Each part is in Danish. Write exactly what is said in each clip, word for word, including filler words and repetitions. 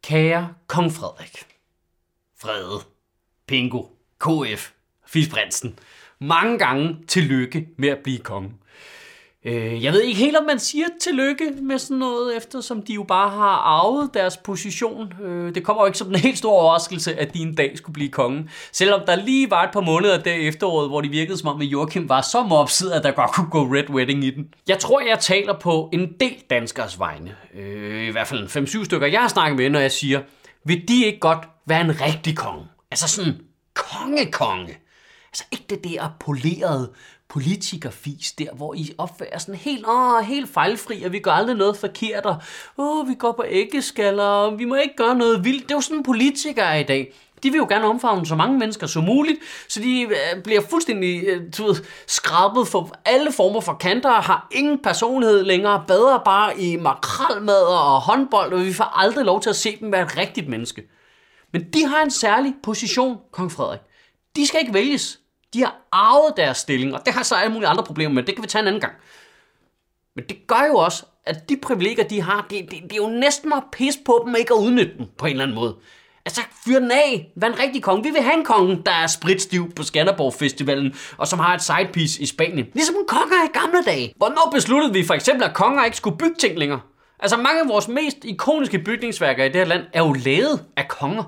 Kære kong Frederik, Frede, Pingo, K F, Fisprinsen, mange gange tillykke med at blive konge. Jeg ved ikke helt, om man siger tillykke med sådan noget, eftersom de jo bare har arvet deres position. Det kommer jo ikke som en helt stor overraskelse, at de en dag skulle blive konge. Selvom der lige var et par måneder der i efteråret, hvor de virkede som om, at Joachim var så mopset, at der godt kunne gå red wedding i den. Jeg tror, jeg taler på en del danskers vegne. I hvert fald fem syv stykker, jeg har snakket med, når jeg siger, vil de ikke godt være en rigtig konge? Altså sådan kongekonge. Altså ikke det der polerede politikerfis der, hvor I opfører sådan helt, åh, helt fejlfri, og vi gør aldrig noget forkert, og åh, vi går på æggeskaller, og vi må ikke gøre noget vildt. Det er jo sådan politikere i dag. De vil jo gerne omfavne så mange mennesker som muligt, så de øh, bliver fuldstændig øh, ved, skrabet for alle former for kanter, og har ingen personlighed længere, bader bare i makrelmad og håndbold, og vi får aldrig lov til at se dem være et rigtigt menneske. Men de har en særlig position, kong Frederik. De skal ikke vælges. De har arvet deres stilling, og det har så alle mulige andre problemer med. Det kan vi tage en anden gang. Men det gør jo også, at de privilegier, de har, det, det, det er jo næsten at pisse på dem, ikke at udnytte dem på en eller anden måde. Altså, fyr den af. Vær en rigtig konge. Vi vil have en konge, der er spritstiv på Skanderborg Festivalen, og som har et sidepiece i Spanien. Ligesom en konger i gamle dage. Hvornår besluttede vi for eksempel, at konger ikke skulle bygge ting længere? Altså, mange af vores mest ikoniske bygningsværker i det her land er jo lavet af konger.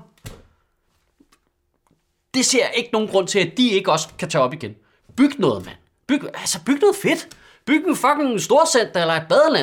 Det ser jeg ikke nogen grund til, at de ikke også kan tage op igen. Byg noget, mand. Byg, altså, byg noget fedt. Byg en fucking storcenter eller et badeland.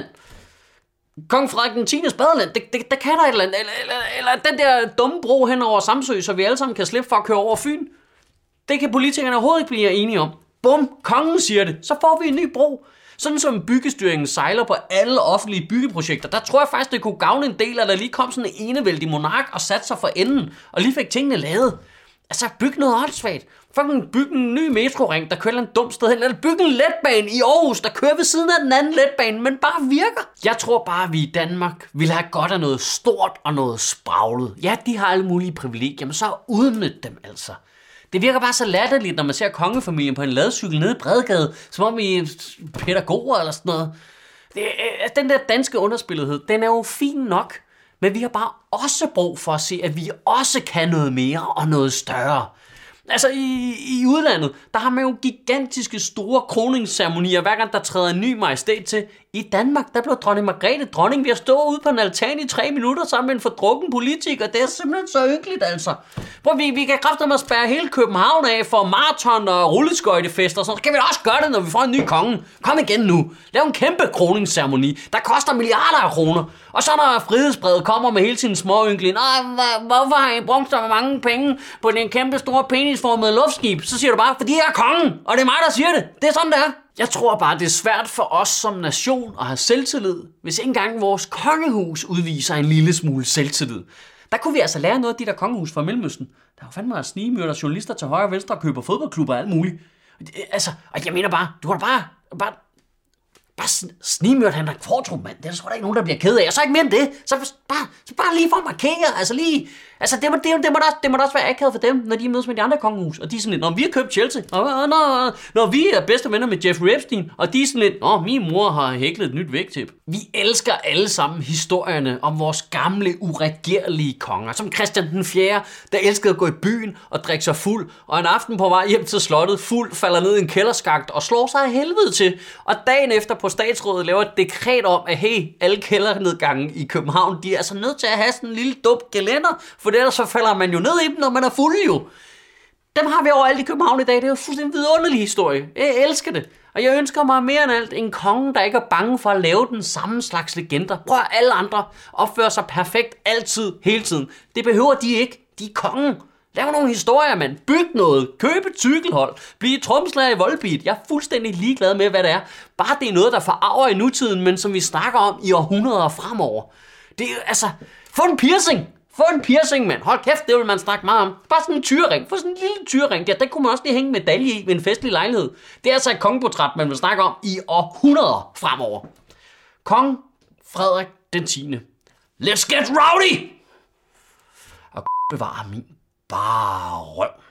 Kong Frederik den tiendes badeland, det, det, der kan der et eller andet. Eller, eller, eller den der dumme bro hen over Samsø, så vi alle sammen kan slippe for at køre over Fyn. Det kan politikerne overhovedet ikke blive enige om. Bum, kongen siger det. Så får vi en ny bro. Sådan som byggestyringen sejler på alle offentlige byggeprojekter, der tror jeg faktisk, det kunne gavne en del, at der lige kom sådan en enevældig monark og satte sig for enden, og lige fik tingene lavet. Altså, byg noget åndssvagt. Fucking byg en ny metroring, der kører et dumt sted hen. Eller byg en letbane i Aarhus, der kører ved siden af den anden letbane, men bare virker. Jeg tror bare, at vi i Danmark vil have godt af noget stort og noget spraglet. Ja, de har alle mulige privilegier, men så udnyt dem altså. Det virker bare så latterligt, når man ser kongefamilien på en ladcykel nede i Bredgade, som om I er pædagoger eller sådan noget. Det, den der danske underspillethed, den er jo fin nok. Men vi har bare også brug for at se, at vi også kan noget mere og noget større. Altså i, i udlandet, der har man jo gigantiske store kroningsceremonier, hver gang der træder en ny majestæt til. I Danmark, der blev dronning Margrethe dronning ved at stå ude på en altan i tre minutter sammen med en fordrukken politiker. Det er simpelthen så ynkeligt, altså. Hvor vi, vi kan kræfte med at spærre hele København af for maraton og rulleskøjtefester, så kan vi også gøre det, når vi får en ny konge. Kom igen nu. Lav en kæmpe kroningsceremoni, der koster milliarder af kroner. Og så når frihedsbrevet kommer med hele sine små ynkelige, hvorfor har I brugt så mange penge på den kæmpe store penisformede luftskib? Så siger du bare, fordi jeg er kongen, og det er mig, der siger det. Det er sådan, det er. Jeg tror bare, det er svært for os som nation at have selvtillid, hvis ikke engang vores kongehus udviser en lille smule selvtillid. Der kunne vi altså lære noget af de der kongehus fra Mellemøsten. Der var fandme at snigemyrder journalister til højre og venstre og køber fodboldklubber og alt muligt. Altså, og jeg mener bare, du kan bare, bare, bare snigmyrde han der Kvartrup, mand. Det er der sgu da ikke nogen, der bliver ked af. Og så ikke mere end det. Så bare, så bare lige for at markere, altså lige... Altså, det må, det, det, må da, det må da også være akavet for dem, når de mødes med de andre kongehus. Og de er sådan lidt, når vi har købt Chelsea, og når, når vi er bedste venner med Jeffrey Epstein, og de er sådan lidt, åh, min mor har hæklet et nyt vægtip. Vi elsker alle sammen historierne om vores gamle, uregerlige konger, som Christian den fjerde, der elskede at gå i byen og drikke sig fuld, og en aften på vej hjem til slottet, fuld falder ned i en kælderskakt og slår sig af helvede til. Og dagen efter på statsrådet laver et dekret om, at hey, alle kældernedgange i København, de er altså nødt til at have sådan en lille dum gelænder, for ellers så falder man jo ned i dem, når man er fuld jo. Dem har vi overalt i København i dag. Det er jo fuldstændig en vidunderlig historie. Jeg elsker det. Og jeg ønsker mig mere end alt en konge, der ikke er bange for at lave den samme slags legender. Prøv at alle andre opføre sig perfekt altid, hele tiden. Det behøver de ikke. De er kongen. Lav nogle historier, mand. Byg noget. Køb et cykelhold. Bliv trommeslager i Volbeat. Jeg er fuldstændig ligeglad med, hvad det er. Bare det er noget, der forarver i nutiden, men som vi snakker om i århundreder fremover. Det er altså... Få en piercing. Få en piercing, mand. Hold kæft, det vil man snakke meget om. Bare sådan en tyrering. Få sådan en lille tyrering der. Den kunne man også lige hænge medalje i ved en festlig lejlighed. Det er altså et kongeportræt, man vil snakke om i århundreder fremover. Kong Frederik den tiende. Let's get rowdy! Og bevare min bare røv.